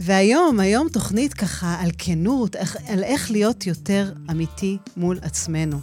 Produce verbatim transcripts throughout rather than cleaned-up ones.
והיום, היום תוכנית ככה על כנות, על איך להיות יותר אמיתי מול עצמנו.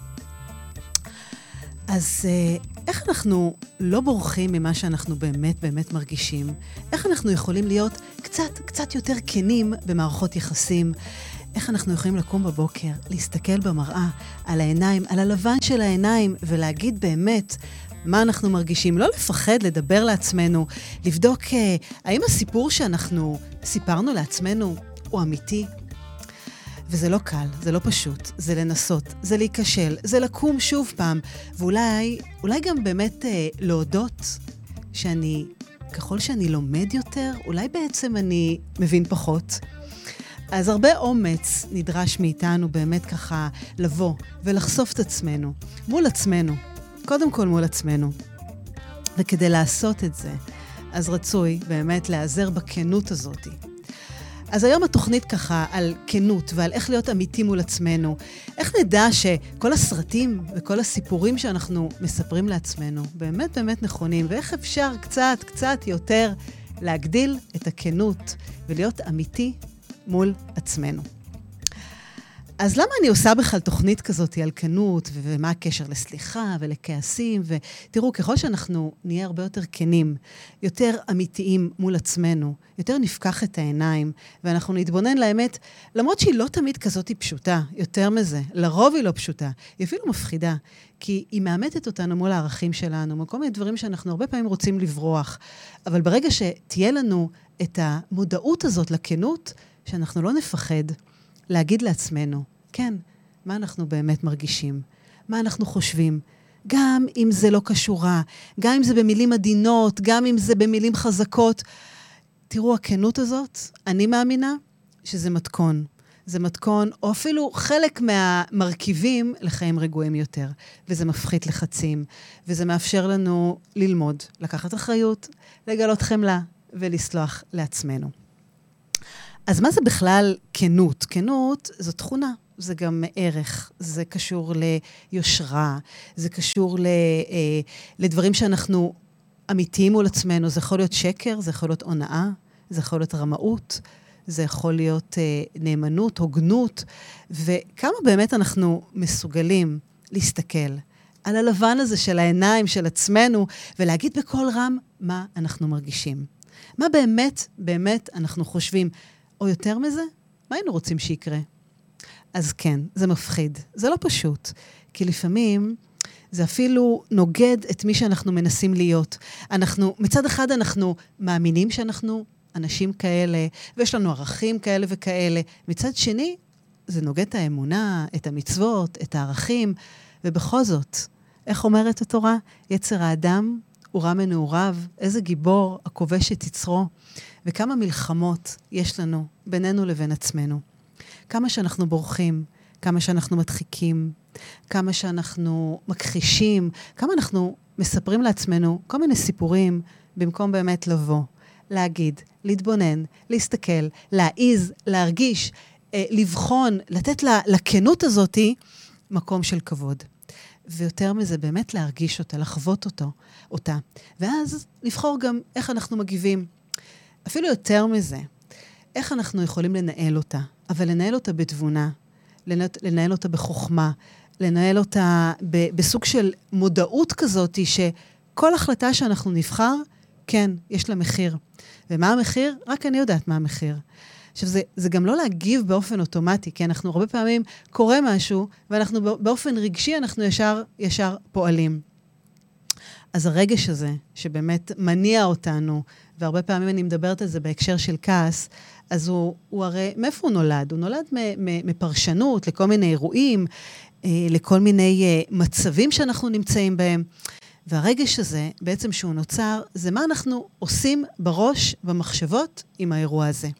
אז איך אנחנו לא בורחים ממה שאנחנו באמת באמת מרגישים? איך אנחנו יכולים להיות קצת, קצת יותר כנים במערכות יחסים? איך אנחנו יכולים לקום בבוקר, להסתכל במראה על העיניים, על הלבן של העיניים, ולהגיד באמת מה אנחנו מרגישים? לא לפחד לדבר לעצמנו, לבדוק האם הסיפור שאנחנו סיפרנו לעצמנו הוא אמיתי? וזה לא קל, זה לא פשוט, זה לנסות, זה להיכשל, זה לקום שוב פעם, ואולי אולי גם באמת אה, להודות שאני, ככל שאני לומד יותר, אולי בעצם אני מבין פחות. אז הרבה אומץ נדרש מאיתנו באמת ככה לבוא ולחשוף את עצמנו, מול עצמנו, קודם כל מול עצמנו. וכדי לעשות את זה, אז רצוי באמת להיעזר בכנות הזאת. אז היום התוכנית ככה על כנות ועל איך להיות אמיתי מול עצמנו. איך נדע שכל הסרטים וכל הסיפורים שאנחנו מספרים לעצמנו באמת באמת נכונים, ואיך אפשר קצת קצת יותר להגדיל את הכנות ולהיות אמיתי מול עצמנו. אז למה אני עושה בכלל תוכנית כזאת על כנות, ומה הקשר לסליחה ולכעסים? ותראו, ככל שאנחנו נהיה הרבה יותר כנים, יותר אמיתיים מול עצמנו, יותר נפקח את העיניים, ואנחנו נתבונן לאמת, למרות שהיא לא תמיד כזאת פשוטה, יותר מזה, לרוב היא לא פשוטה, היא אפילו מפחידה, כי היא מאמתת אותנו מול הערכים שלנו, מול כל מיני דברים שאנחנו הרבה פעמים רוצים לברוח, אבל ברגע שתהיה לנו את המודעות הזאת לכנות, שאנחנו לא נפחד, להגיד לעצמנו, כן, מה אנחנו באמת מרגישים, מה אנחנו חושבים, גם אם זה לא קשורה, גם אם זה במילים עדינות, גם אם זה במילים חזקות. תראו, הכנות הזאת, אני מאמינה שזה מתכון. זה מתכון, או אפילו חלק מהמרכיבים לחיים רגועים יותר. וזה מפחית לחצים, וזה מאפשר לנו ללמוד, לקחת אחריות, לגלות חמלה ולסלוח לעצמנו. אז מה זה בכלל כנות? כנות זו תכונה, זה גם ערך, זה קשור ליושרה, זה קשור ל, אה, לדברים שאנחנו אמיתיים מול עצמנו, זה יכול להיות שקר, זה יכול להיות הונאה, זה יכול להיות רמאות, זה יכול להיות אה, נאמנות, הוגנות, וכמה באמת אנחנו מסוגלים להסתכל על הלבן הזה של העיניים של עצמנו, ולהגיד בכל רם מה אנחנו מרגישים. מה באמת, באמת אנחנו חושבים, או יותר מזה, מה היינו רוצים שיקרה? אז כן, זה מפחיד. זה לא פשוט. כי לפעמים זה אפילו נוגד את מי שאנחנו מנסים להיות. אנחנו, מצד אחד אנחנו מאמינים שאנחנו אנשים כאלה, ויש לנו ערכים כאלה וכאלה. מצד שני, זה נוגד את האמונה, את המצוות, את הערכים, ובכל זאת, איך אומרת התורה? יצר האדם הוא רע מנעוריו, איזה גיבור הכובש את יצרו, וכמה מלחמות יש לנו בינינו לבין עצמנו. כמה שאנחנו בורחים, כמה שאנחנו מדחיקים, כמה שאנחנו מכחישים, כמה אנחנו מספרים לעצמנו כל מיני סיפורים, במקום באמת לבוא, להגיד, להתבונן, להסתכל, להעיז, להרגיש, לבחון, לתת לכנות הזאת מקום של כבוד. ויותר מזה, באמת להרגיש אותה, לחוות אותו, אותה. ואז לבחור גם איך אנחנו מגיבים. אפילו יותר מזה, איך אנחנו יכולים לנהל אותה, אבל לנהל אותה בתבונה, לנהל אותה בחוכמה, לנהל אותה ב- בסוג של מודעות כזאת, שכל החלטה שאנחנו נבחר, כן, יש לה מחיר. ומה המחיר? רק אני יודעת מה המחיר. עכשיו, זה, זה גם לא להגיב באופן אוטומטי, כי אנחנו הרבה פעמים קורה משהו, ואנחנו באופן רגשי, אנחנו ישר, ישר פועלים. אז הרגש הזה, שבאמת מניע אותנו, והרבה פעמים אני מדברת על זה בהקשר של כעס, אז הוא, הוא הרי, מאיפה הוא נולד? הוא נולד מפרשנות לכל מיני אירועים, לכל מיני מצבים שאנחנו נמצאים בהם, והרגש הזה, בעצם שהוא נוצר, זה מה אנחנו עושים בראש, במחשבות, עם האירוע הזה.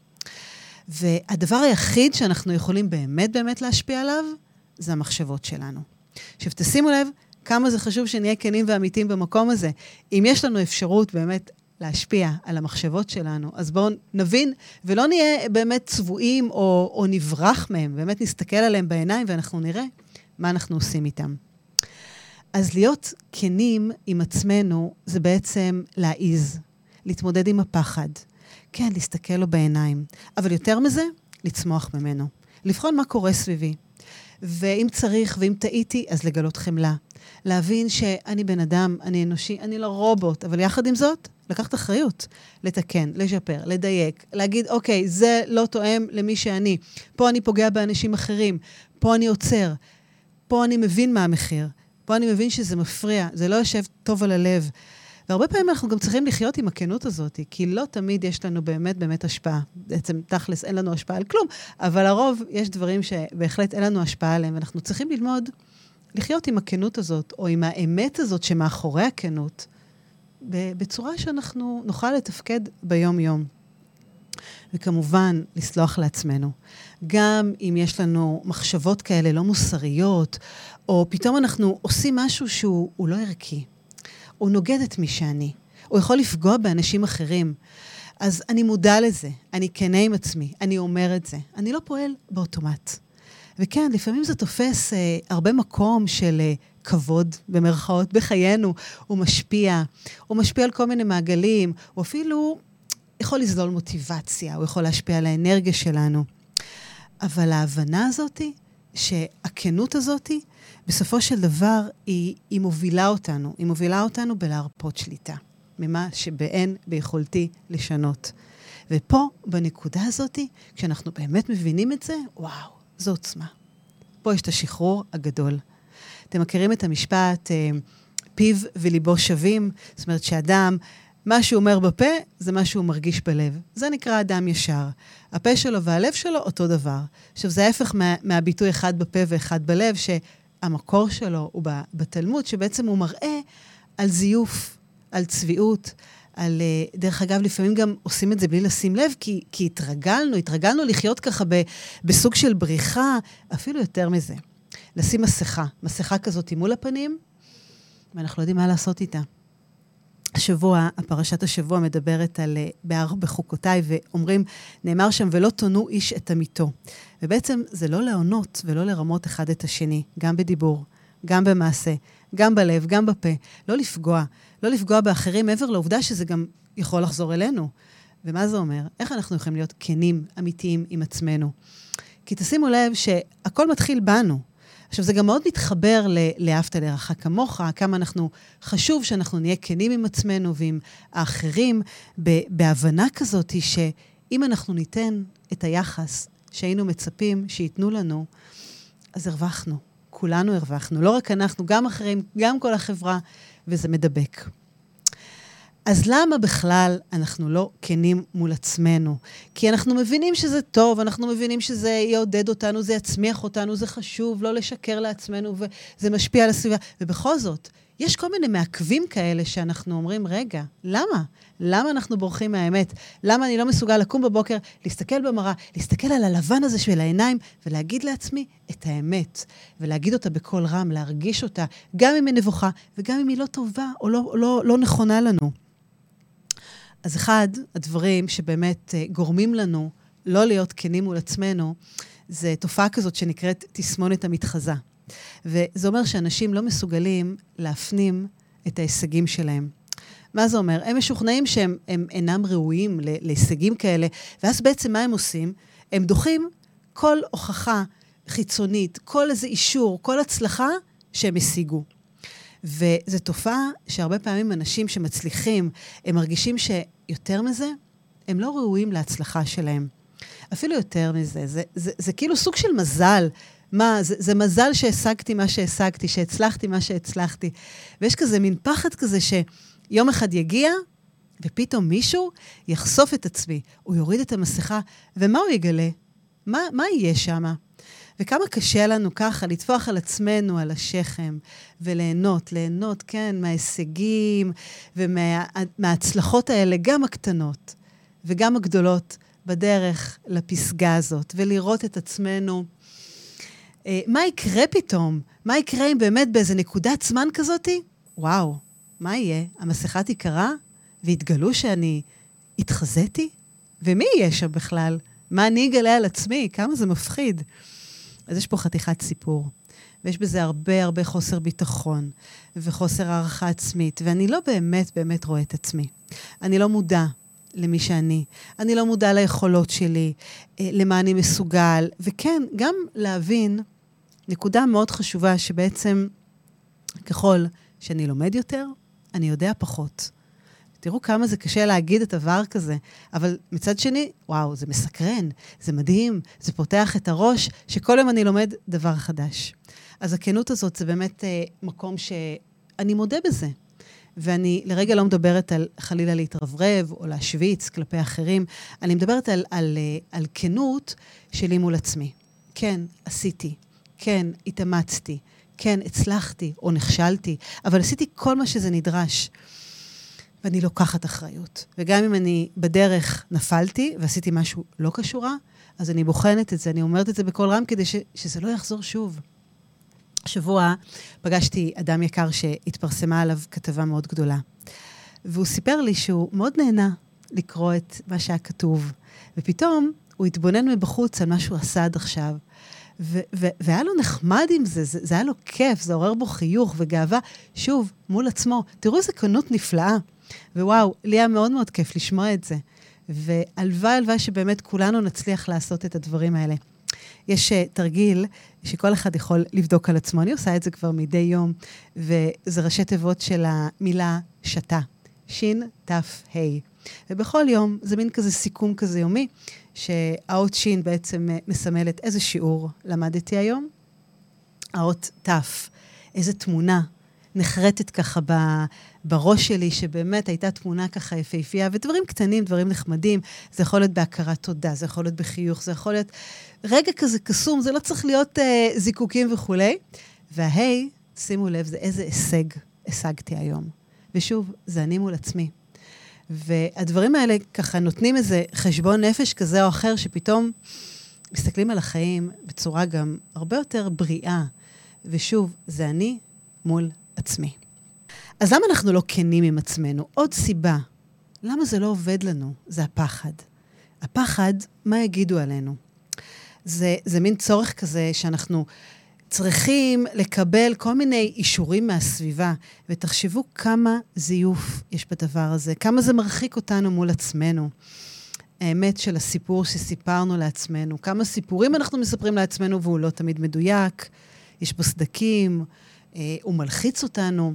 והדבר היחיד שאנחנו יכולים באמת באמת להשפיע עליו, זה המחשבות שלנו. עכשיו, תשימו לב כמה זה חשוב שנהיה כנים ואמיתיים במקום הזה. אם יש לנו אפשרות באמת להשפיע על המחשבות שלנו, אז בואו נבין, ולא נהיה באמת צבועים או, או נברח מהם, באמת נסתכל עליהם בעיניים ואנחנו נראה מה אנחנו עושים איתם. אז להיות כנים עם עצמנו, זה בעצם להעיז, להתמודד עם הפחד. כן, להסתכל לו בעיניים. אבל יותר מזה, לצמוח ממנו. לבחון מה קורה סביבי. ואם צריך, ואם טעיתי, אז לגלות חמלה. להבין שאני בן אדם, אני אנושי, אני לא רובוט, אבל יחד עם זאת, לקחת אחריות, לתקן, לשפר, לדייק, להגיד, אוקיי, זה לא תואם למי שאני. פה אני פוגע באנשים אחרים, פה אני עוצר, פה אני מבין מה המחיר, פה אני מבין שזה מפריע, זה לא יושב טוב על הלב. והרבה פעמים אנחנו גם צריכים לחיות עם הכנות הזאת, כי לא תמיד יש לנו באמת באמת השפעה. בעצם תכלס אין לנו השפעה על כלום, אבל הרוב יש דברים שבהחלט אין לנו השפעה עליהם, ואנחנו צריכים ללמוד לחיות עם הכנות הזאת, או עם האמת הזאת שמאחורי הכנות, בצורה שאנחנו נוכל לתפקד ביום-יום. וכמובן, לסלוח לעצמנו. גם אם יש לנו מחשבות כאלה לא מוסריות, או פתאום אנחנו עושים משהו שהוא לא ערכי. הוא נוגד את מי שאני. הוא יכול לפגוע באנשים אחרים. אז אני מודע לזה. אני כנה עם עצמי. אני אומר את זה. אני לא פועל באוטומט. וכן, לפעמים זה תופס אה, הרבה מקום של אה, כבוד, במרכאות, בחיינו. הוא משפיע. הוא משפיע על כל מיני מעגלים. הוא אפילו יכול לזלול מוטיבציה. הוא יכול להשפיע על האנרגיה שלנו. אבל ההבנה הזאת, שהכנות הזאת, בסופו של דבר, היא, היא מובילה אותנו. היא מובילה אותנו בלהרפות שליטה. ממה שבאין ביכולתי לשנות. ופה, בנקודה הזאת, כשאנחנו באמת מבינים את זה, וואו, זו עוצמה. פה יש את השחרור הגדול. אתם מכירים את המשפט, פיו וליבו שווים? זאת אומרת שאדם, מה שהוא אומר בפה, זה מה שהוא מרגיש בלב. זה נקרא אדם ישר. הפה שלו והלב שלו אותו דבר. עכשיו, זה ההפך מה, מהביטוי אחד בפה ואחד בלב, שהמקור שלו הוא בתלמוד, שבעצם הוא מראה על זיוף, על צביעות, על, דרך אגב, לפעמים גם עושים את זה בלי לשים לב, כי, כי התרגלנו, התרגלנו לחיות ככה ב, בסוג של בריחה, אפילו יותר מזה. לשים מסכה, מסכה כזאת מול הפנים, ואנחנו לא יודעים מה לעשות איתה. השבוע, הפרשת השבוע מדברת על בהר בחוקותיי, ואומרים, נאמר שם, ולא תונו איש את עמיתו. ובעצם זה לא לעונות ולא לרמות אחד את השני, גם בדיבור, גם במעשה, גם בלב, גם בפה. לא לפגוע, לא לפגוע באחרים, מעבר לעובדה שזה גם יכול לחזור אלינו. ומה זה אומר? איך אנחנו יכולים להיות כנים, אמיתיים עם עצמנו? כי תשימו לב שהכל מתחיל בנו. עכשיו, זה גם מאוד מתחבר לאהבת לרעך כמוך, כמה אנחנו, חשוב שאנחנו נהיה כנים עם עצמנו ועם האחרים, בהבנה כזאת שאם אנחנו ניתן את היחס שהיינו מצפים שיתנו לנו, אז הרווחנו. כולנו הרווחנו. לא רק אנחנו, גם אחרים, גם כל החברה, וזה מדבק. אז למה בכלל אנחנו לא כנים מול עצמנו? כי אנחנו מבינים שזה טוב, אנחנו מבינים שזה יעודד אותנו, זה יצמיח אותנו, זה חשוב, לא לשקר לעצמנו, וזה משפיע על הסביבה. ובכל זאת, יש כל מיני מעכבים כאלה שאנחנו אומרים, רגע, למה? למה אנחנו בורחים מהאמת? למה אני לא מסוגל לקום בבוקר, להסתכל במראה, להסתכל על הלבן הזה של העיניים, ולהגיד לעצמי את האמת, ולהגיד אותה בקול רם, להרגיש אותה, גם אם היא נבוכה, וגם אם היא לא טובה או לא, לא, לא נכונה לנו. אז אחד הדברים שבאמת גורמים לנו לא להיות כנים מול עצמנו, זה תופעה כזאת שנקראת תסמונת המתחזה. וזה אומר שאנשים לא מסוגלים להפנים את ההישגים שלהם. מה זה אומר? הם משוכנעים שהם הם אינם ראויים להישגים כאלה, ואז בעצם מה הם עושים? הם דוחים כל הוכחה חיצונית, כל איזה אישור, כל הצלחה שהם השיגו. וזו תופעה שהרבה פעמים אנשים שמצליחים, הם מרגישים שיותר מזה, הם לא ראויים להצלחה שלהם. אפילו יותר מזה, זה, זה, זה כאילו סוג של מזל. מה, זה, זה מזל שהשגתי מה שהשגתי, שהצלחתי מה שהצלחתי. ויש כזה מין פחד כזה שיום אחד יגיע, ופתאום מישהו יחשוף את עצמי, הוא יוריד את המסכה, ומה הוא יגלה? מה, מה יהיה שמה? וכמה קשה לנו ככה לטפוח על עצמנו, על השכם, וליהנות, ליהנות, כן, מההישגים, ומההצלחות האלה, גם הקטנות, וגם הגדולות, בדרך לפסגה הזאת, ולראות את עצמנו. מה יקרה פתאום? מה יקרה אם באמת באיזה נקודת זמן כזאת? וואו, מה יהיה? המסכה תיקרה, והתגלו שאני התחזיתי? ומי יהיה שם בכלל? מה אני אגלה על עצמי? כמה זה מפחיד. אז יש פה חתיכת סיפור, ויש בזה הרבה הרבה חוסר ביטחון, וחוסר הערכה עצמית, ואני לא באמת באמת רואה את עצמי. אני לא מודע למי שאני. אני לא מודע ליכולות שלי, למה אני מסוגל, וכן, גם להבין נקודה מאוד חשובה שבעצם ככל שאני לומד יותר, אני יודע פחות. תראו כמה זה קשה להגיד את הדבר כזה, אבל מצד שני, וואו, זה מסקרן, זה מדהים, זה פותח את הראש, שכל יום אני לומד דבר חדש. אז הכנות הזאת זה באמת אה, מקום שאני מודה בזה, ואני לרגע לא מדברת על חלילה להתרברב או להשוויץ כלפי אחרים, אני מדברת על, על, על כנות שלי מול עצמי. כן, עשיתי, כן, התאמצתי, כן, הצלחתי או נכשלתי, אבל עשיתי כל מה שזה נדרש. ואני לוקחת אחריות. וגם אם אני בדרך נפלתי ועשיתי משהו לא קשורה, אז אני בוחנת את זה, אני אומרת את זה בכל רם כדי ש, שזה לא יחזור שוב. שבוע פגשתי אדם יקר שהתפרסמה עליו כתבה מאוד גדולה. והוא סיפר לי שהוא מאוד נהנה לקרוא את מה שהיה כתוב. ופתאום הוא התבונן מבחוץ על מה שהוא עשה עד עכשיו. ו- ו- והיה לו נחמד עם זה, זה, זה היה לו כיף, זה עורר בו חיוך וגאווה. שוב, מול עצמו. תראו איזה כנות נפלאה. ווואו, לי היה מאוד מאוד כיף לשמוע את זה. והלוואי, הלוואי שבאמת כולנו נצליח לעשות את הדברים האלה. יש uh, תרגיל שכל אחד יכול לבדוק על עצמו. אני עושה את זה כבר מדי יום, וזה ראשי תיבות של המילה שתה. שין, תף, הי. ובכל יום זה מין כזה סיכום כזה יומי, שהאות שין בעצם מסמלת איזה שיעור למדתי היום. האות תף, איזה תמונה נחרטת ככה ב, בראש שלי, שבאמת הייתה תמונה ככה יפהפייה, ודברים קטנים, דברים נחמדים, זה יכול להיות בהכרת תודה, זה יכול להיות בחיוך, זה יכול להיות רגע כזה קסום, זה לא צריך להיות אה, זיקוקים וכולי. וההי, שימו לב, זה איזה הישג השגתי היום. ושוב, זה אני מול עצמי. והדברים האלה ככה נותנים איזה חשבון נפש כזה או אחר, שפתאום מסתכלים על החיים בצורה גם הרבה יותר בריאה. ושוב, זה אני מול עצמי. אז למה אנחנו לא כנים עם עצמנו? עוד סיבה. למה זה לא עובד לנו? זה הפחד. הפחד, מה יגידו עלינו? זה, זה מין צורך כזה שאנחנו צריכים לקבל כל מיני אישורים מהסביבה, ותחשבו כמה זיוף יש בדבר הזה, כמה זה מרחיק אותנו מול עצמנו. האמת של הסיפור שסיפרנו לעצמנו, כמה סיפורים אנחנו מספרים לעצמנו, והוא לא תמיד מדויק, יש בו סדקים, הוא מלחיץ אותנו,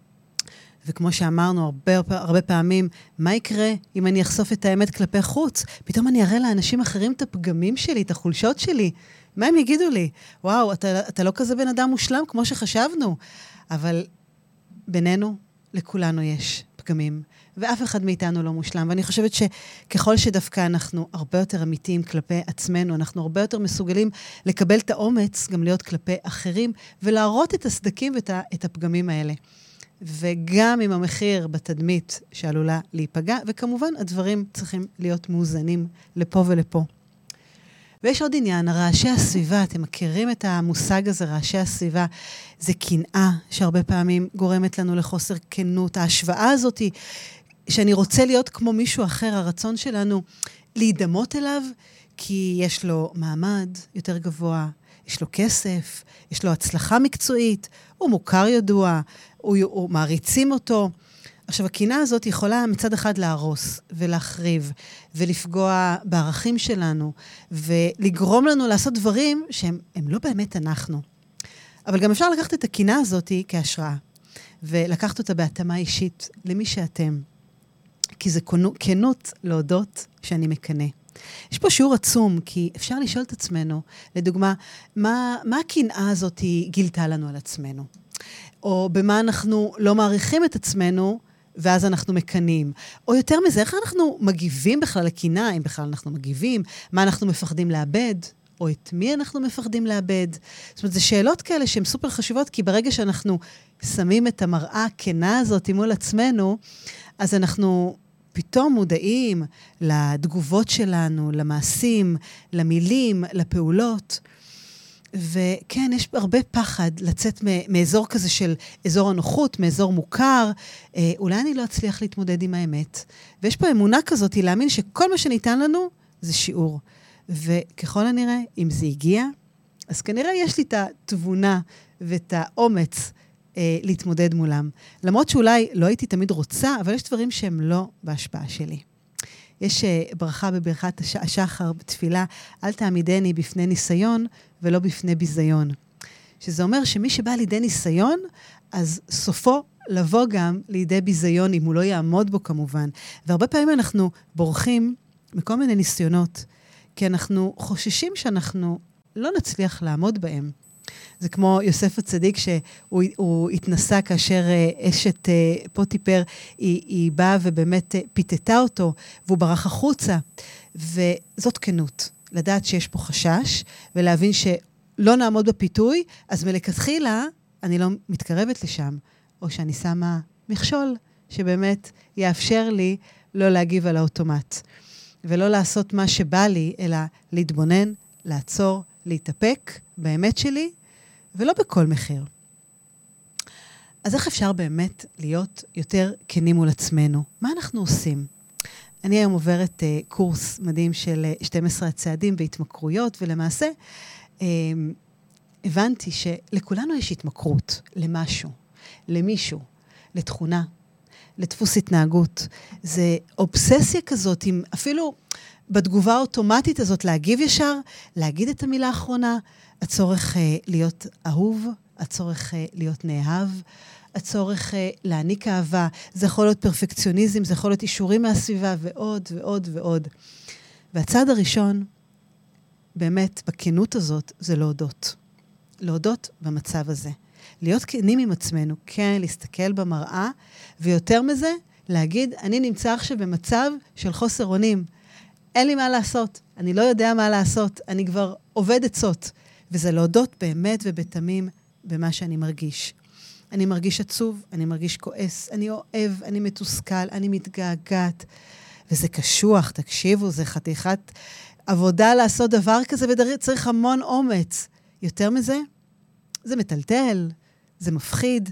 וכמו שאמרנו הרבה, הרבה פעמים, מה יקרה אם אני אחשוף את האמת כלפי חוץ? פתאום אני אראה לאנשים אחרים את הפגמים שלי, את החולשות שלי. מה הם יגידו לי? וואו, אתה, אתה לא כזה בן אדם מושלם כמו שחשבנו. אבל בינינו, לכולנו יש פגמים, ואף אחד מאיתנו לא מושלם. ואני חושבת שככל שדווקא אנחנו הרבה יותר אמיתיים כלפי עצמנו, אנחנו הרבה יותר מסוגלים לקבל את האומץ, גם להיות כלפי אחרים, ולהראות את הסדקים ואת את הפגמים האלה. וגם עם המחיר בתדמית שעלולה להיפגע, וכמובן הדברים צריכים להיות מאוזנים לפה ולפה. ויש עוד עניין, רעשי הסביבה, אתם מכירים את המושג הזה, רעשי הסביבה, זה קנאה שהרבה פעמים גורמת לנו לחוסר כנות. ההשוואה הזאת היא שאני רוצה להיות כמו מישהו אחר, הרצון שלנו להידמות אליו, כי יש לו מעמד יותר גבוה, יש לו כסף, יש לו הצלחה מקצועית, הוא מוכר ידוע, הוא, הוא מעריצים אותו. עכשיו, הקנאה הזאת יכולה מצד אחד להרוס ולהחריב ולפגוע בערכים שלנו ולגרום לנו לעשות דברים שהם הם לא באמת אנחנו. אבל גם אפשר לקחת את הקנאה הזאת כהשראה ולקחת אותה בהתאמה אישית למי שאתם. כי זה כנות להודות שאני מקנא. יש פה שיעור עצום, כי אפשר לשאול את עצמנו, לדוגמה, מה, מה הקנאה הזאת גילתה לנו על עצמנו? או במה אנחנו לא מעריכים את עצמנו, ואז אנחנו מקנים. או יותר מזה, איך אנחנו מגיבים בכלל לקנאה, אם בכלל אנחנו מגיבים, מה אנחנו מפחדים לאבד, או את מי אנחנו מפחדים לאבד. זאת אומרת, זה שאלות כאלה שהן סופר חשובות, כי ברגע שאנחנו שמים את המראה הכנה הזאת מול עצמנו, אז אנחנו פתאום מודעים לתגובות שלנו, למעשים, למילים, לפעולות. וכן, יש הרבה פחד לצאת מאזור כזה של אזור הנוחות, מאזור מוכר. אה, אולי אני לא אצליח להתמודד עם האמת. ויש פה אמונה כזאת, היא להאמין שכל מה שניתן לנו זה שיעור. וככל הנראה, אם זה הגיע, אז כנראה יש לי את התבונה ואת האומץ אה, להתמודד מולם. למרות שאולי לא הייתי תמיד רוצה, אבל יש דברים שהם לא בהשפעה שלי. יש ברכה בברכת הש... השחר בתפילה, אל תעמידני בפני ניסיון ולא בפני ביזיון. שזה אומר שמי שבא לידי ניסיון, אז סופו לבוא גם לידי ביזיון, אם הוא לא יעמוד בו כמובן. והרבה פעמים אנחנו בורחים מכל מיני ניסיונות, כי אנחנו חוששים שאנחנו לא נצליח לעמוד בהם. זה כמו יוסף הצדיק שהוא התנסה כאשר אשת פוטיפר, היא, היא באה ובאמת פיתתה אותו, והוא ברח החוצה. וזאת כנות, לדעת שיש פה חשש, ולהבין שלא נעמוד בפיתוי, אז מלכתחילה אני לא מתקרבת לשם, או שאני שמה מכשול, שבאמת יאפשר לי לא להגיב על האוטומט. ולא לעשות מה שבא לי, אלא להתבונן, לעצור, להתאפק באמת שלי, ולא בכל מחיר. אז איך אפשר באמת להיות יותר כנים מול עצמנו? מה אנחנו עושים? אני היום עוברת uh, קורס מדהים של uh, שנים עשר הצעדים בהתמכרויות, ולמעשה uh, הבנתי שלכולנו יש התמכרות למשהו, למישהו, לתכונה, לדפוס התנהגות. זה אובססיה כזאת, עם אפילו בתגובה האוטומטית הזאת להגיב ישר, להגיד את המילה האחרונה, הצורך uh, להיות אהוב, הצורך uh, להיות נאהב, הצורך uh, להעניק אהבה, זה יכול להיות פרפקציוניזם, זה יכול להיות אישורים מהסביבה, ועוד ועוד ועוד. והצעד הראשון, באמת, בכנות הזאת, זה להודות. להודות במצב הזה. להיות כנים עם עצמנו, כן, להסתכל במראה, ויותר מזה, להגיד, אני נמצא עכשיו במצב של חוסר אונים. אין לי מה לעשות, אני לא יודע מה לעשות, אני כבר עובד עצות. וזה להודות באמת ובתמים במה שאני מרגיש. אני מרגיש עצוב, אני מרגיש כועס, אני אוהב, אני מתוסכל, אני מתגעגעת. וזה קשוח, תקשיבו, זה חתיכת עבודה לעשות דבר כזה, וצריך המון אומץ. יותר מזה, זה מטלטל, זה מפחיד,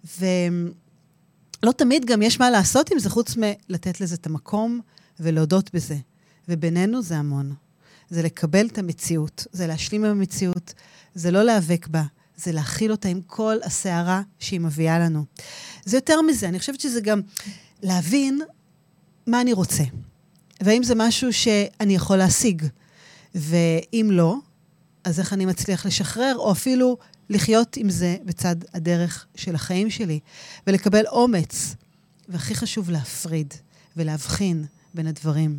ולא תמיד גם יש מה לעשות עם זה, חוץ מלתת לזה את המקום ולהודות בזה. ובינינו זה המון. זה לקבל את המציאות, זה להשלים עם המציאות, זה לא להיאבק בה, זה להכיל אותה עם כל הסערה שהיא מביאה לנו. זה יותר מזה, אני חושבת שזה גם להבין מה אני רוצה, והאם זה משהו שאני יכול להשיג, ואם לא, אז איך אני מצליח לשחרר, או אפילו לחיות עם זה בצד הדרך של החיים שלי, ולקבל אומץ, והכי חשוב להפריד, ולהבחין בין הדברים.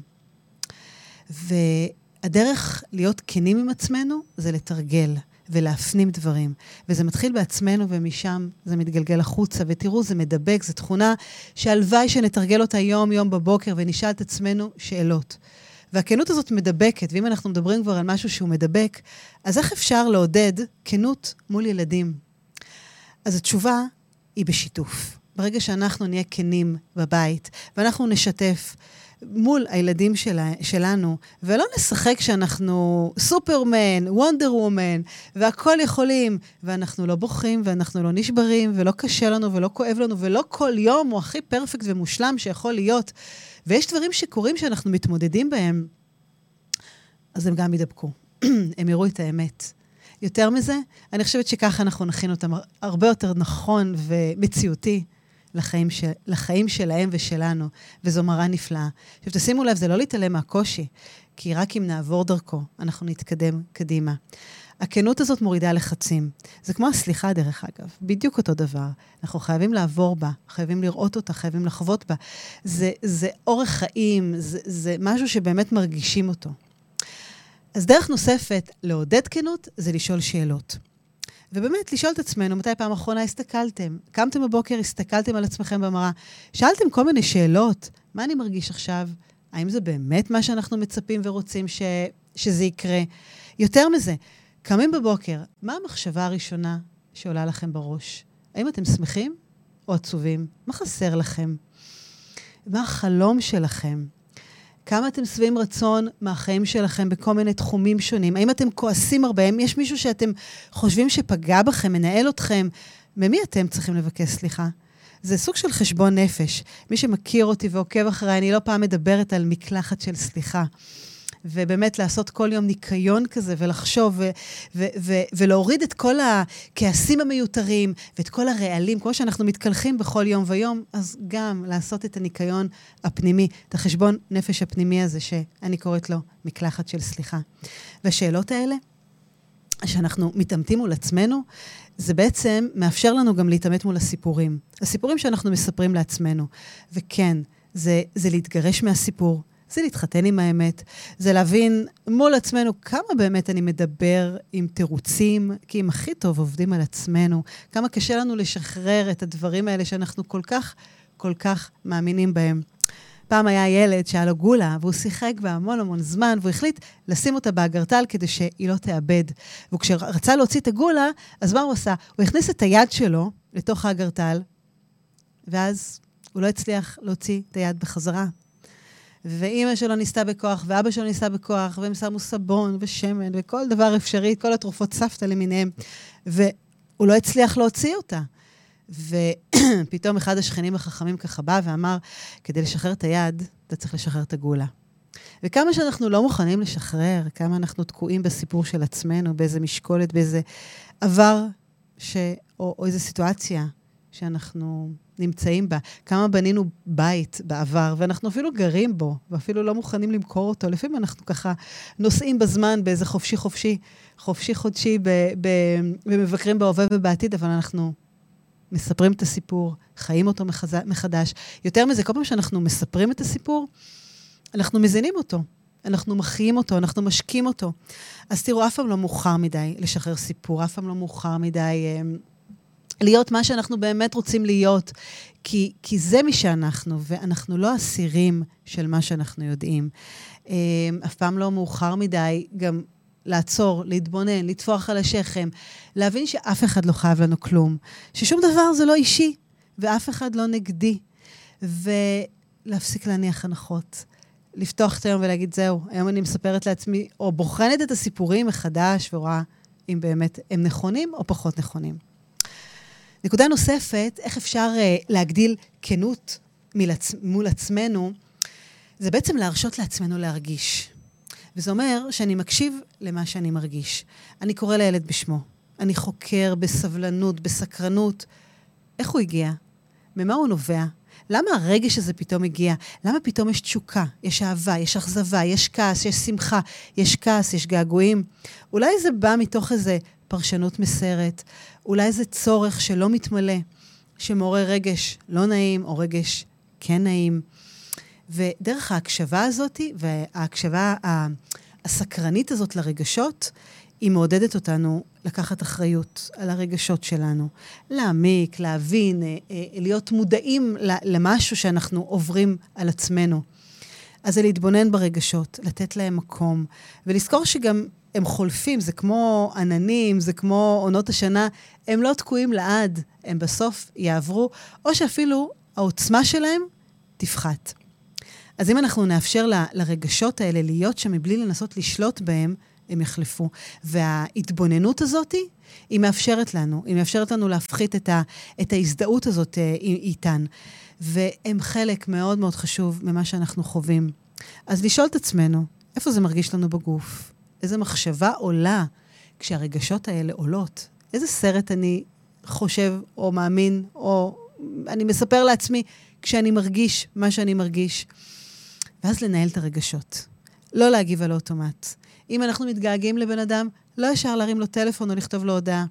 והדרך להיות כנים עם עצמנו, זה לתרגל, ולהפנים דברים. וזה מתחיל בעצמנו, ומשם זה מתגלגל החוצה, ותראו, זה מדבק, זו תכונה שהלוואי שנתרגל אותה יום יום בבוקר, ונשאל את עצמנו שאלות. והכנות הזאת מדבקת, ואם אנחנו מדברים כבר על משהו שהוא מדבק, אז איך אפשר לעודד כנות מול ילדים? אז התשובה היא בשיתוף. ברגע שאנחנו נהיה כנים בבית, ואנחנו נשתף מול הילדים שלה, שלנו, ולא נשחק שאנחנו סופרמן, וונדר וומן, והכל יכולים, ואנחנו לא בוכים, ואנחנו לא נשברים, ולא קשה לנו, ולא כואב לנו, ולא כל יום הוא הכי פרפקט ומושלם שיכול להיות. ויש דברים שקורים שאנחנו מתמודדים בהם, אז הם גם ידבקו. הם יראו את האמת. יותר מזה, אני חושבת שככה אנחנו נכין אותם הרבה יותר נכון ומציאותי לחיים, של, לחיים שלהם ושלנו, וזו מראה נפלאה. עכשיו, תשימו לב, זה לא להתעלם מהקושי, כי רק אם נעבור דרכו, אנחנו נתקדם קדימה. הכנות הזאת מורידה לחצים. זה כמו הסליחה דרך אגב, בדיוק אותו דבר. אנחנו חייבים לעבור בה, חייבים לראות אותה, חייבים לחוות בה. זה, זה אורח חיים, זה, זה משהו שבאמת מרגישים אותו. אז דרך נוספת לעודד כנות זה לשאול שאלות. ובאמת לשאול את עצמנו, מתי פעם אחרונה הסתכלתם? קמתם בבוקר, הסתכלתם על עצמכם במראה, שאלתם כל מיני שאלות, מה אני מרגיש עכשיו? האם זה באמת מה שאנחנו מצפים ורוצים ש... שזה יקרה? יותר מזה, קמים בבוקר, מה המחשבה הראשונה שעולה לכם בראש? האם אתם שמחים או עצובים? מה חסר לכם? מה החלום שלכם? כמה אתם שבעים רצון מהחיים שלכם בכל מיני תחומים שונים? האם אתם כועסים הרבה? האם יש מישהו שאתם חושבים שפגע בכם, מנהל אתכם? ממי אתם צריכים לבקש סליחה? זה סוג של חשבון נפש. מי שמכיר אותי ועוקב אחריי, אני לא פעם מדברת על מקלחת של סליחה. ובאמת לעשות כל יום ניקיון כזה, ולחשוב, ו- ו- ו- ולהוריד את כל הכעסים המיותרים, ואת כל הרעלים, כמו שאנחנו מתקלחים בכל יום ויום, אז גם לעשות את הניקיון הפנימי, את החשבון נפש הפנימי הזה, שאני קוראת לו מקלחת של סליחה. והשאלות האלה, שאנחנו מתאמתים מול עצמנו, זה בעצם מאפשר לנו גם להתאמת מול הסיפורים. הסיפורים שאנחנו מספרים לעצמנו. וכן, זה, זה להתגרש מהסיפור, זה להתחתן עם האמת, זה להבין מול עצמנו כמה באמת אני מדבר עם תירוצים, כי אם הכי טוב עובדים על עצמנו, כמה קשה לנו לשחרר את הדברים האלה שאנחנו כל כך, כל כך מאמינים בהם. פעם היה ילד שהיה לו גולה, והוא שיחק בה המון המון זמן, והוא החליט לשים אותה באגרטל כדי שהיא לא תאבד. וכשרצה להוציא את הגולה, אז מה הוא עשה? הוא הכניס את היד שלו לתוך האגרטל, ואז הוא לא הצליח להוציא את היד בחזרה. ואמא שלו ניסתה בכוח, ואבא שלו ניסתה בכוח, והם שמו סבון ושמן, וכל דבר אפשרי, כל התרופות סבתא למיניהם, והוא לא הצליח להוציא אותה. ופתאום אחד השכנים החכמים ככה בא ואמר, כדי לשחרר את היד, אתה צריך לשחרר את הגולה. וכמה שאנחנו לא מוכנים לשחרר, כמה אנחנו תקועים בסיפור של עצמנו, באיזה משקולת, באיזה עבר, ש... או, או איזו סיטואציה שאנחנו נמצאים בה. כמה בנינו בית בעבר, ואנחנו אפילו גרים בו, ואפילו לא מוכנים למכור אותו. לפעמים אנחנו ככה נוסעים בזמן באיזה חופשי חופשי, חופשי חודשי, ב... ב... ומבקרים בהווה ובעתיד, אבל אנחנו מספרים את הסיפור, חיים אותו מחז... מחדש. יותר מזה, כל פעם שאנחנו מספרים את הסיפור, אנחנו מזינים אותו, אנחנו מחיים אותו, אנחנו משקים אותו. אז תראו, אף פעם לא מאוחר מדי לשחרר סיפור, אף פעם לא מאוחר מדי אה, להיות מה שאנחנו באמת רוצים להיות, כי, כי זה מי שאנחנו, ואנחנו לא אסירים של מה שאנחנו יודעים. אה, אף פעם לא מאוחר מדי גם לעצור, להתבונן, לטפוח על השכם, להבין שאף אחד לא חייב לנו כלום, ששום דבר זה לא אישי, ואף אחד לא נגדי, ולהפסיק להניח הנחות. לפתוח את היום ולהגיד, זהו, היום אני מספרת לעצמי, או בוחנת את הסיפורים מחדש, ורואה אם באמת הם נכונים או פחות נכונים. נקודה נוספת, איך אפשר uh, להגדיל כנות מלעצ... מול עצמנו, זה בעצם להרשות לעצמנו להרגיש. וזה אומר שאני מקשיב למה שאני מרגיש. אני קורא לילד בשמו. אני חוקר בסבלנות, בסקרנות. איך הוא הגיע? ממה הוא נובע? למה הרגש הזה פתאום הגיע? למה פתאום יש תשוקה, יש אהבה, יש אכזבה, יש כעס, יש שמחה, יש כעס, יש געגועים? אולי זה בא מתוך איזה פרשנות מסרת, אולי זה צורך שלא מתמלא, שמעורר רגש לא נעים או רגש כן נעים. ודרך ההקשבה הזאת, וההקשבה הסקרנית הזאת לרגשות, היא מעודדת אותנו לקחת אחריות על הרגשות שלנו, להעמיק, להבין, להיות מודעים למשהו שאנחנו עוברים על עצמנו. אז זה להתבונן ברגשות, לתת להם מקום, ולזכור שגם הם חולפים, זה כמו עננים, זה כמו עונות השנה, הם לא תקועים לעד, הם בסוף יעברו, או שאפילו העוצמה שלהם תפחת. אז אם אנחנו נאפשר ל, לרגשות האלה להיות שם מבלי לנסות לשלוט בהם, הם יחלפו. וההתבוננות הזאת, היא מאפשרת לנו, היא מאפשרת לנו להפחית את, ה, את ההזדהות הזאת איתן. והם חלק מאוד מאוד חשוב ממה שאנחנו חווים. אז לשאול את עצמנו, איפה זה מרגיש לנו בגוף? איזה מחשבה עולה כשהרגשות האלה עולות? איזה סרט אני חושב או מאמין, או אני מספר לעצמי כשאני מרגיש מה שאני מרגיש? ואז לנהל את הרגשות. לא להגיב על אוטומט. אם אנחנו מתגעגעים לבן אדם, לא ישר להרים לו טלפון או לכתוב לו הודעה.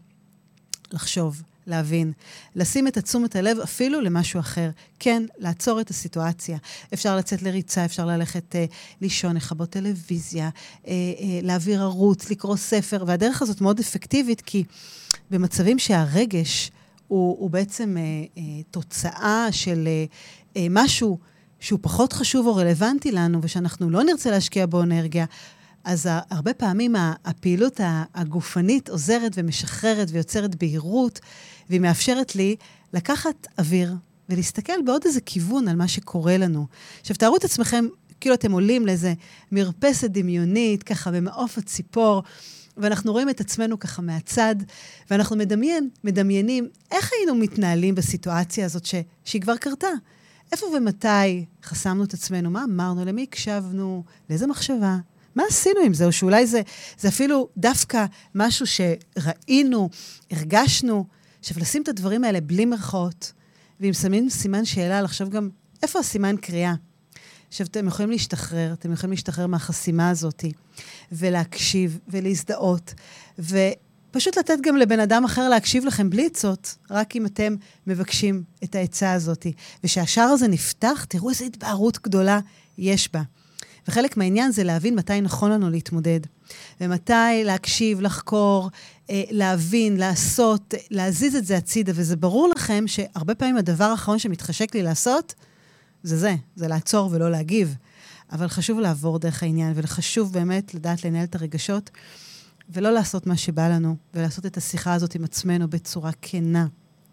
לחשוב, להבין, לשים את תשומת הלב אפילו למשהו אחר. כן, לעצור את הסיטואציה. אפשר לצאת לריצה, אפשר ללכת אה, לישון, לכבות טלוויזיה, אה, אה, להעביר ערוץ, לקרוא ספר, והדרך הזאת מאוד אפקטיבית, כי במצבים שהרגש הוא, הוא בעצם אה, אה, תוצאה של אה, אה, משהו שהוא פחות חשוב או רלוונטי לנו, ושאנחנו לא נרצה להשקיע בו אנרגיה, אז הרבה פעמים הפעילות הגופנית עוזרת ומשחררת ויוצרת בהירות, והיא מאפשרת לי לקחת אוויר ולהסתכל בעוד איזה כיוון על מה שקורה לנו. עכשיו, תארו את עצמכם, כאילו אתם עולים לאיזה מרפסת דמיונית, ככה במעוף הציפור, ואנחנו רואים את עצמנו ככה מהצד, ואנחנו מדמיין, מדמיינים איך היינו מתנהלים בסיטואציה הזאת ש, שהיא כבר קרתה. איפה ומתי חסמנו את עצמנו? מה אמרנו? למי הקשבנו? לאיזה מחשבה? מה עשינו עם זה? או שאולי זה, זה אפילו דווקא משהו שראינו, הרגשנו, עכשיו לשים את הדברים האלה בלי מרכאות, ואם שמים סימן שאלה, לחשוב גם איפה הסימן קריאה. עכשיו, אתם יכולים להשתחרר, אתם יכולים להשתחרר מהחסימה הזאת, ולהקשיב, ולהזדהות, ופשוט לתת גם לבן אדם אחר להקשיב לכם בלי עצות, רק אם אתם מבקשים את העצה הזאת. ושהשער הזה נפתח, תראו איזו התבהרות גדולה יש בה. וחלק מהעניין זה להבין מתי נכון לנו להתמודד, ומתי להקשיב, לחקור, להבין, לעשות, להזיז את זה הצידה, וזה ברור לכם שהרבה פעמים הדבר האחרון שמתחשק לי לעשות, זה זה, זה לעצור ולא להגיב. אבל חשוב לעבור דרך העניין, וחשוב באמת לדעת לנהל את הרגשות, ולא לעשות מה שבא לנו, ולעשות את השיחה הזאת עם עצמנו בצורה כנה,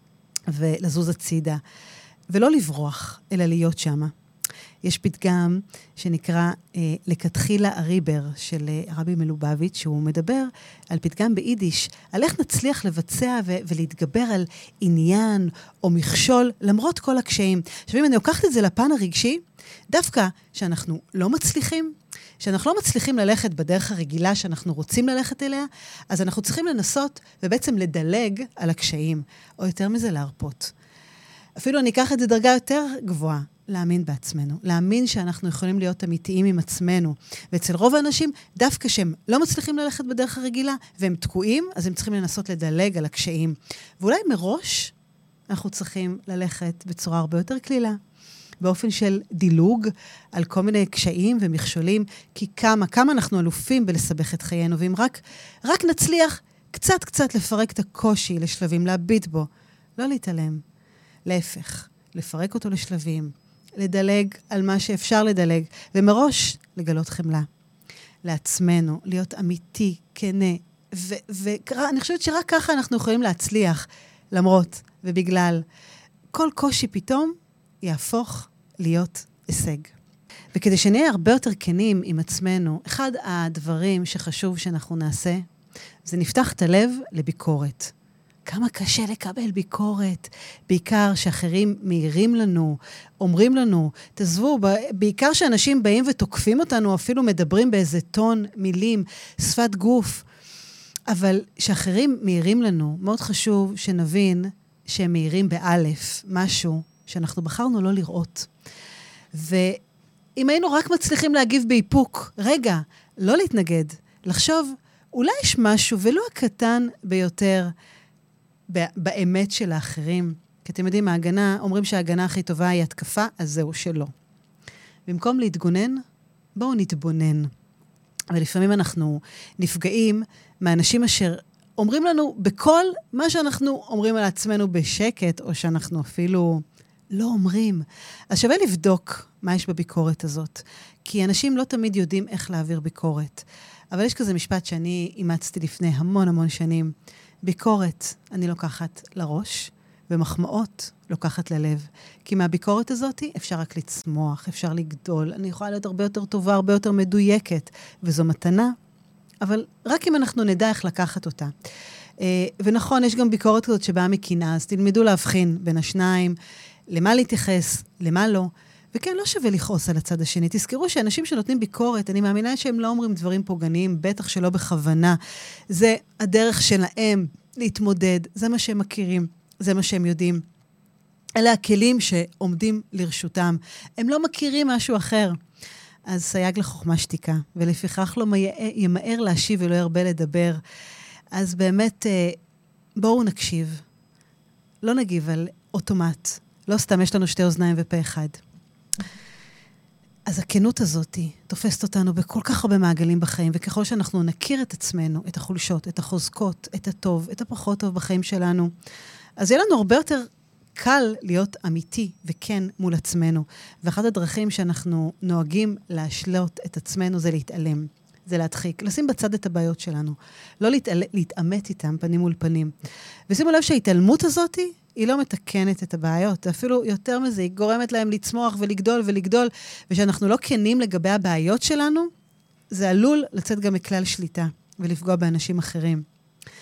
ולזוז הצידה, ולא לברוח, אלא להיות שמה. יש פתגם שנקרא אה, לכתחילה הריבר של אה, הרבי מלובביץ', שהוא מדבר על פתגם ביידיש, על איך נצליח לבצע ו- ולהתגבר על עניין או מכשול, למרות כל הקשיים. עכשיו, אם אני לוקחת את זה לפן הרגשי, דווקא שאנחנו לא מצליחים, שאנחנו לא מצליחים ללכת בדרך הרגילה שאנחנו רוצים ללכת אליה, אז אנחנו צריכים לנסות ובעצם לדלג על הקשיים, או יותר מזה להרפות. אפילו אני אקח את זה דרגה יותר גבוהה, להאמין בעצמנו, להאמין שאנחנו יכולים להיות אמיתיים עם עצמנו. ואצל רוב האנשים, דווקא שהם לא מצליחים ללכת בדרך הרגילה, והם תקועים, אז הם צריכים לנסות לדלג על הקשיים. ואולי מראש אנחנו צריכים ללכת בצורה הרבה יותר כלילה, באופן של דילוג על כל מיני קשיים ומכשולים, כי כמה, כמה אנחנו אלופים בלסבך את חיינו, ואם רק, רק נצליח קצת קצת לפרק את הקושי לשלבים, להביט בו, לא להתעלם. להפך, לפרק אותו לשלבים, לדלג על מה שאפשר לדלג, ומראש לגלות חמלה. לעצמנו, להיות אמיתי, כנה, ואני חושבת שרק ככה אנחנו יכולים להצליח, למרות ובגלל. כל קושי פתאום יהפוך להיות הישג. וכדי שנהיה הרבה יותר כנים עם עצמנו, אחד הדברים שחשוב שאנחנו נעשה, זה נפתח את הלב לביקורת. כמה קשה לקבל ביקורת, בעיקר שאחרים מעירים לנו, אומרים לנו, תעזבו, בעיקר שאנשים באים ותוקפים אותנו, אפילו מדברים באיזה טון, מילים, שפת גוף, אבל שאחרים מעירים לנו, מאוד חשוב שנבין שהם מעירים באלף, משהו שאנחנו בחרנו לא לראות. ואם היינו רק מצליחים להגיב באיפוק, רגע, לא להתנגד, לחשוב, אולי יש משהו, ולא הקטן ביותר, באמת של האחרים. כי אתם יודעים, ההגנה, אומרים שההגנה הכי טובה היא התקפה, אז זהו שלא. במקום להתגונן, בואו נתבונן. ולפעמים אנחנו נפגעים מאנשים אשר אומרים לנו בכל מה שאנחנו אומרים על עצמנו בשקט, או שאנחנו אפילו לא אומרים. אז שווה לבדוק מה יש בביקורת הזאת. כי אנשים לא תמיד יודעים איך להעביר ביקורת. אבל יש כזה משפט שאני אימצתי לפני המון המון שנים. ביקורת אני לוקחת לראש, ומחמאות לוקחת ללב. כי מהביקורת הזאת אפשר רק לצמוח, אפשר לגדול. אני יכולה להיות הרבה יותר טובה, הרבה יותר מדויקת. וזו מתנה, אבל רק אם אנחנו נדע איך לקחת אותה. ונכון, יש גם ביקורת כזאת שבאה מקנאה, אז תלמדו להבחין בין השניים, למה להתייחס, למה לא. וכן, לא שווה לכעוס על הצד השני. תזכרו שאנשים שנותנים ביקורת, אני מאמינה שהם לא אומרים דברים פוגעניים, בטח שלא בכוונה. זה הדרך שלהם להתמודד, זה מה שהם מכירים, זה מה שהם יודעים. אלה הכלים שעומדים לרשותם. הם לא מכירים משהו אחר. אז סייג לחוכמה שתיקה, ולפיכך לא ימהר להשיב ולא ירבה לדבר. אז באמת, בואו נקשיב. לא נגיב על אוטומט. לא סתם, יש לנו שתי אוזניים ופה אחד. אז הכנות הזאת תופסת אותנו בכל כך הרבה מעגלים בחיים, וככל שאנחנו נכיר את עצמנו, את החולשות, את החוזקות, את הטוב, את הפחות טוב בחיים שלנו, אז יהיה לנו הרבה יותר קל להיות אמיתי וכן מול עצמנו. ואחת הדרכים שאנחנו נוהגים להשלות את עצמנו זה להתעלם, זה להדחיק, לשים בצד את הבעיות שלנו, לא להתעל... להתאמת איתם פנים מול פנים. ושימו לב שההתעלמות הזאת היא לא מתקנת את הבעיות, אפילו יותר מזה, היא גורמת להם לצמוח ולגדול ולגדול, ושאנחנו לא כנים לגבי הבעיות שלנו, זה עלול לצאת גם מכלל שליטה ולפגוע באנשים אחרים.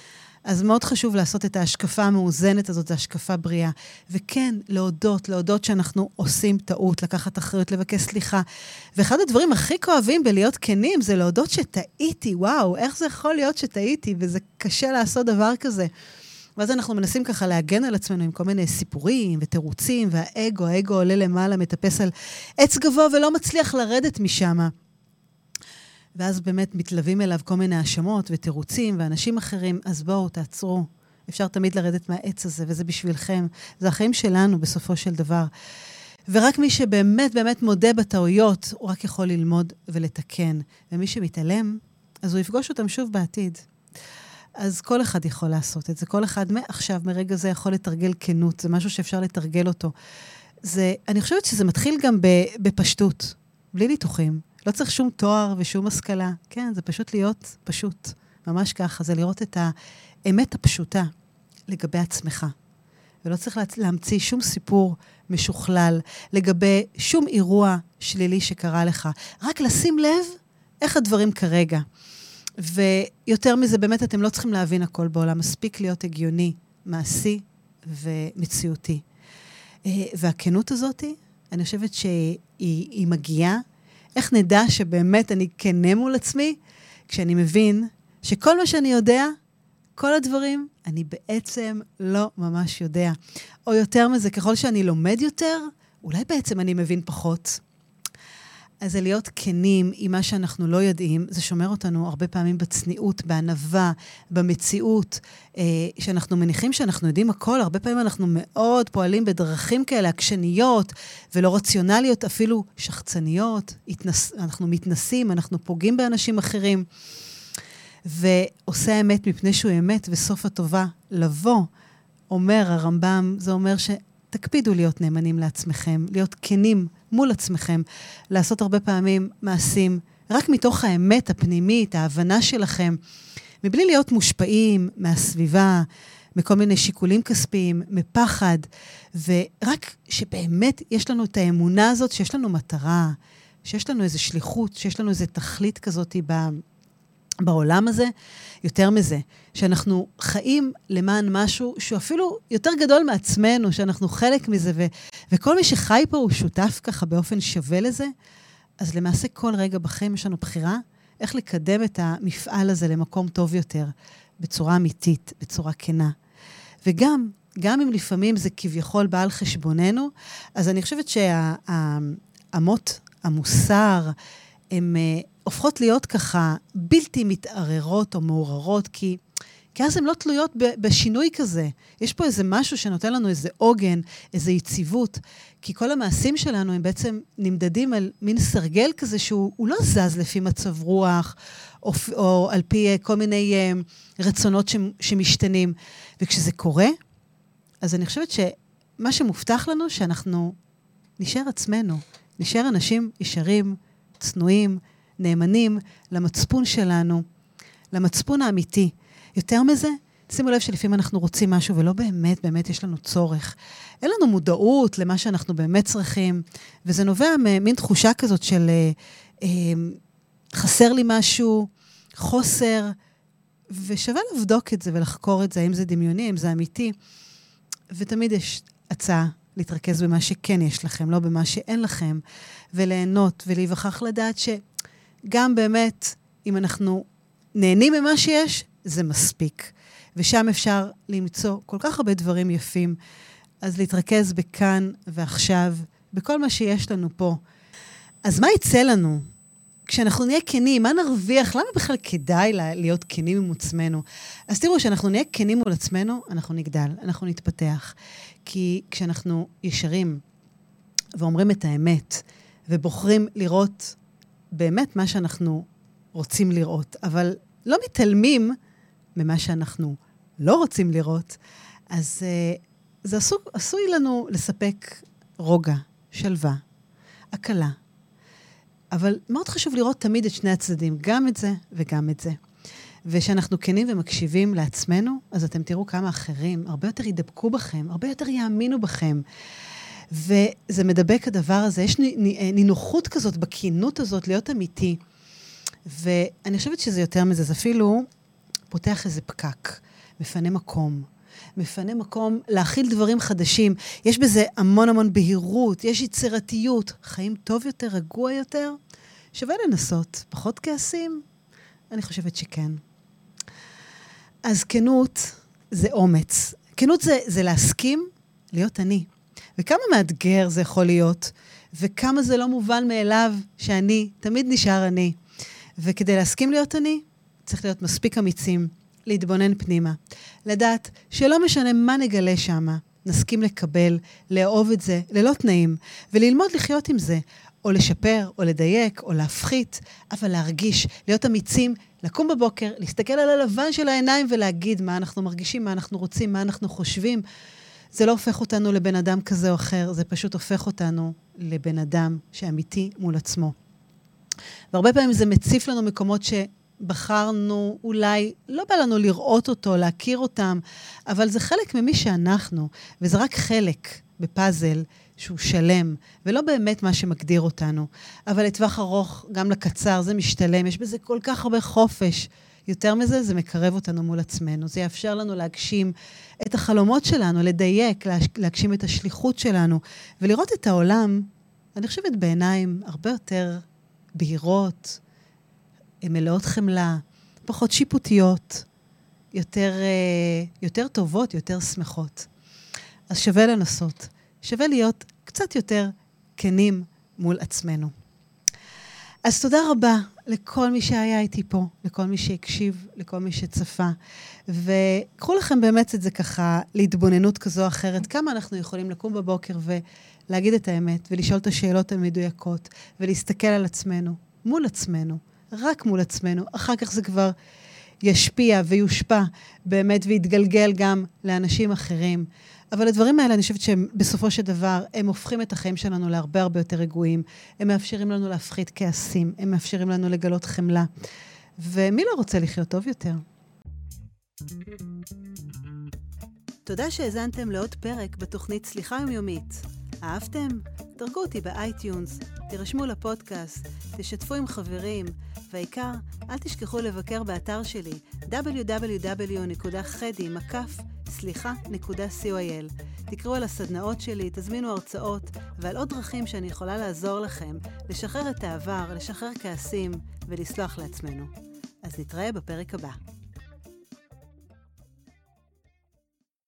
אז מאוד חשוב לעשות את ההשקפה המאוזנת הזאת, ההשקפה בריאה. וכן, להודות, להודות שאנחנו עושים טעות, לקחת אחריות, לבקש סליחה. ואחד הדברים הכי כואבים בלהיות כנים, זה להודות שטעיתי. וואו, איך זה יכול להיות שטעיתי? וזה קשה לעשות דבר כזה. ואז אנחנו מנסים ככה להגן על עצמנו עם כל מיני סיפורים ותירוצים, והאגו, האגו עולה למעלה, מטפס על עץ גבוה ולא מצליח לרדת משם. ואז באמת מתלווים אליו כל מיני האשמות ותירוצים ואנשים אחרים, אז בואו, תעצרו. אפשר תמיד לרדת מהעץ הזה, וזה בשבילכם. זה החיים שלנו בסופו של דבר. ורק מי שבאמת באמת מודה בטעויות, הוא רק יכול ללמוד ולתקן. ומי שמתעלם, אז הוא יפגוש אותם שוב בעתיד. אז כל אחד יכול לעשות את זה. כל אחד מעכשיו, מרגע זה, יכול לתרגל כנות. זה משהו שאפשר לתרגל אותו. זה, אני חושבת שזה מתחיל גם בפשטות, בלי ניתוחים. לא צריך שום תואר ושום השכלה. כן, זה פשוט להיות פשוט. ממש ככה. זה לראות את האמת הפשוטה לגבי עצמך. ולא צריך להמציא שום סיפור משוכלל לגבי שום אירוע שלילי שקרה לך. רק לשים לב איך הדברים כרגע. ויותר מזה, באמת אתם לא צריכים להבין הכל בעולם. מספיק להיות הגיוני, מעשי ומציאותי. והכנות הזאת, אני חושבת שהיא מגיעה. איך נדע שבאמת אני כנה מול עצמי, כשאני מבין שכל מה שאני יודע, כל הדברים, אני בעצם לא ממש יודע. או יותר מזה, ככל שאני לומד יותר, אולי בעצם אני מבין פחות. אז זה להיות כנים עם מה שאנחנו לא יודעים, זה שומר אותנו הרבה פעמים בצניעות, בענווה, במציאות, אה, שאנחנו מניחים שאנחנו יודעים הכל, הרבה פעמים אנחנו מאוד פועלים בדרכים כאלה, עקשניות ולא רציונליות, אפילו שחצניות, התנס, אנחנו מתנסים, אנחנו פוגעים באנשים אחרים, ועושה האמת מפני שהוא אמת, וסוף הטובה לבוא, אומר הרמב"ם, זה אומר שתקפידו להיות נאמנים לעצמכם, להיות כנים מול עצמכם, לעשות הרבה פעמים מעשים, רק מתוך האמת הפנימית, ההבנה שלכם, מבלי להיות מושפעים מהסביבה, מכל מיני שיקולים כספיים, מפחד, ורק שבאמת יש לנו את האמונה הזאת, שיש לנו מטרה, שיש לנו איזו שליחות, שיש לנו איזו תכלית כזאת בעולם הזה, יותר מזה, שאנחנו חיים למען משהו שהוא אפילו יותר גדול מעצמנו, שאנחנו חלק מזה, ו- וכל מי שחי פה הוא שותף ככה באופן שווה לזה, אז למעשה כל רגע בחיים יש לנו בחירה, איך לקדם את המפעל הזה למקום טוב יותר, בצורה אמיתית, בצורה כנה. וגם, גם אם לפעמים זה כביכול בא על חשבוננו, אז אני חושבת שהאמות, המוסר, הן הופכות להיות ככה בלתי מתערערות או מעוררות, כי, כי אז הן לא תלויות בשינוי כזה. יש פה איזה משהו שנותן לנו איזה עוגן, איזה יציבות, כי כל המעשים שלנו הם בעצם נמדדים על מין סרגל כזה שהוא לא זז לפי מצב רוח, או, או על פי כל מיני uh, רצונות ש, שמשתנים. וכשזה קורה, אז אני חושבת שמה שמובטח לנו, שאנחנו נשאר עצמנו, נשאר אנשים ישרים, צנועים, נאמנים למצפון שלנו, למצפון האמיתי. יותר מזה, שימו לב שלפעמים אנחנו רוצים משהו ולא באמת, באמת יש לנו צורך. אין לנו מודעות למה שאנחנו באמת צריכים, וזה נובע ממין תחושה כזאת של אה, אה, חסר לי משהו, חוסר, ושווה לבדוק את זה ולחקור את זה, האם זה דמיוני, האם זה אמיתי. ותמיד יש הצעה להתרכז במה שכן יש לכם, לא במה שאין לכם, וליהנות ולהיווכח לדעת שגם באמת, אם אנחנו נהנים ממה שיש, זה מספיק. ושם אפשר למצוא כל כך הרבה דברים יפים. אז להתרכז בכאן ועכשיו, בכל מה שיש לנו פה. אז מה יצא לנו? כשאנחנו נהיה כנים, מה נרוויח? למה בכלל כדאי להיות כנים עם עצמנו? אז תראו, כשאנחנו נהיה כנים מול עצמנו, אנחנו נגדל, אנחנו נתפתח. כי כשאנחנו ישרים ואומרים את האמת, ובוחרים לראות באמת מה שאנחנו רוצים לראות, אבל לא מתעלמים ממה שאנחנו לא רוצים לראות, אז uh, זה עשוי, עשוי לנו לספק רוגע, שלווה, הקלה. אבל מאוד חשוב לראות תמיד את שני הצדדים, גם את זה וגם את זה. ושאנחנו כנים ומקשיבים לעצמנו, אז אתם תראו כמה אחרים הרבה יותר ידבקו בכם, הרבה יותר יאמינו בכם. וזה מדבק הדבר הזה, יש נינוחות כזאת, בכינות הזאת, להיות אמיתי. ואני חושבת שזה יותר מזה, זה אפילו פותח איזה פקק. מפנה מקום. מפנה מקום להכיל דברים חדשים. יש בזה המון המון בהירות, יש יצירתיות, חיים טוב יותר, רגוע יותר. שווה לנסות, פחות כעסים? אני חושבת שכן. אז כנות זה אומץ. כנות זה, זה להסכים להיות אני. וכמה מאתגר זה יכול להיות, וכמה זה לא מובן מאליו שאני תמיד נשאר אני. וכדי להסכים להיות אני, צריך להיות מספיק אמיצים, להתבונן פנימה. לדעת שלא משנה מה נגלה שמה, נסכים לקבל, לאהוב את זה, ללא תנאים, וללמוד לחיות עם זה, או לשפר, או לדייק, או להפחית, אבל להרגיש, להיות אמיצים, לקום בבוקר, להסתכל על הלבן של העיניים ולהגיד מה אנחנו מרגישים, מה אנחנו רוצים, מה אנחנו חושבים. זה לא הופך אותנו לבן אדם כזה או אחר, זה פשוט הופך אותנו לבן אדם שאמיתי מול עצמו. והרבה פעמים זה מציף לנו מקומות שבחרנו, אולי לא בא לנו לראות אותו, להכיר אותם, אבל זה חלק ממי שאנחנו, וזה רק חלק בפאזל שהוא שלם, ולא באמת מה שמגדיר אותנו. אבל לטווח ארוך, גם לקצר, זה משתלם, יש בזה כל כך הרבה חופש. יותר מזה, זה מקרב אותנו מול עצמנו. זה יאפשר לנו להגשים את החלומות שלנו, לדייק, להגשים את השליחות שלנו, ולראות את העולם, אני חושבת בעיניים הרבה יותר בהירות, מלאות חמלה, פחות שיפוטיות, יותר, יותר טובות, יותר שמחות. אז שווה לנסות. שווה להיות קצת יותר כנים מול עצמנו. אז תודה רבה לכל מי שהיה איתי פה, לכל מי שהקשיב, לכל מי שצפה. וקחו לכם באמת את זה ככה, להתבוננות כזו או אחרת, כמה אנחנו יכולים לקום בבוקר ולהגיד את האמת, ולשאול את השאלות המדויקות, ולהסתכל על עצמנו, מול עצמנו, רק מול עצמנו. אחר כך זה כבר ישפיע ויושפע באמת, ויתגלגל גם לאנשים אחרים. אבל הדברים האלה, אני חושבת שבסופו של דבר, הם הופכים את החיים שלנו להרבה הרבה יותר רגועים. הם מאפשרים לנו להפחית כעסים, הם מאפשרים לנו לגלות חמלה. ומי לא רוצה לחיות טוב יותר? תודה שהזנתם לעוד פרק בתוכנית סליחה יומיומית. אהבתם? דרגו אותי באייטיונס, תירשמו לפודקאסט, תשתפו עם חברים, והעיקר, אל תשכחו לבקר באתר שלי, דאבליו דאבליו דאבליו נקודה חדי מקף סליחה נקודה סי או איי אל. תקראו על הסדנאות שלי, תזמינו הרצאות, ועל עוד דרכים שאני יכולה לעזור לכם, לשחרר את העבר, לשחרר כעסים ולסלוח לעצמנו. אז נתראה בפרק הבא.